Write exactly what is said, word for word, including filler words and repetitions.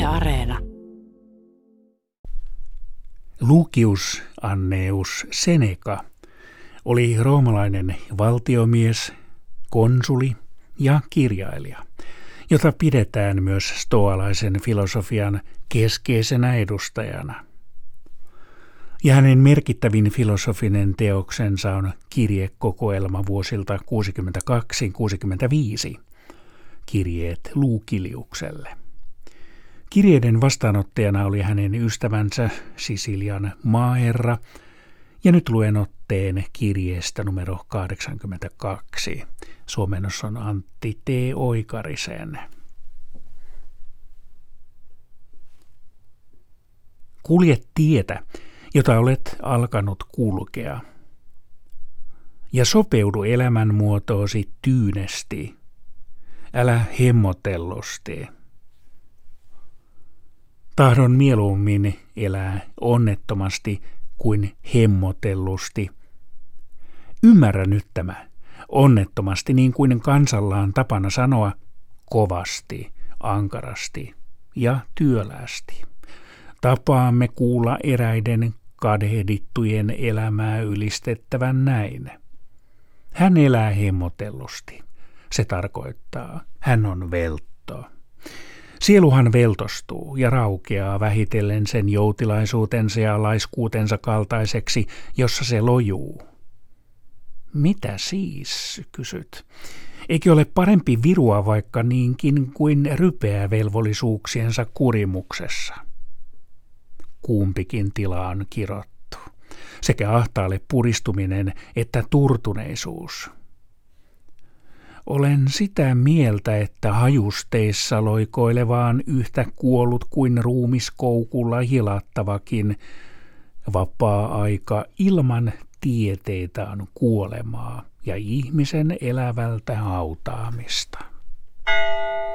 Areena. Lucius Annaeus Seneca oli roomalainen valtiomies, konsuli ja kirjailija, jota pidetään myös stoalaisen filosofian keskeisenä edustajana. Ja hänen merkittävin filosofinen teoksensa on kirjekokoelma vuosilta kuusikymmentäkaksi kuusikymmentäviisi, Kirjeet Luciliukselle. Kirjeiden vastaanottajana oli hänen ystävänsä Sisilian maaherra, ja nyt luen otteen kirjeestä numero kahdeksankymmentäkaksi. Suomennos on Antti T. Oikarisen. Kulje tietä, jota olet alkanut kulkea, ja sopeudu elämänmuotoosi tyynesti, älä hemmotellusti. Tahdon mieluummin elää onnettomasti kuin hemmotellusti. Ymmärrä nyt tämä, onnettomasti niin kuin kansalla on tapana sanoa, kovasti, ankarasti ja työlästi. Tapaamme kuulla eräiden kadehdittujen elämää ylistettävän näin. Hän elää hemmotellusti. Se tarkoittaa, hän on veltto. Sieluhan veltostuu ja raukeaa vähitellen sen joutilaisuutensa ja laiskuutensa kaltaiseksi, jossa se lojuu. Mitä siis, kysyt? Eikö ole parempi virua vaikka niinkin kuin rypeä velvollisuuksiensa kurimuksessa? Kumpikin tila on kirottu, sekä ahtaalle puristuminen että turtuneisuus. Olen sitä mieltä, että hajusteissa loikoilevaan yhtä kuollut kuin ruumiskoukulla hilattavakin vapaa-aika ilman tieteitä on kuolemaa ja ihmisen elävältä hautaamista.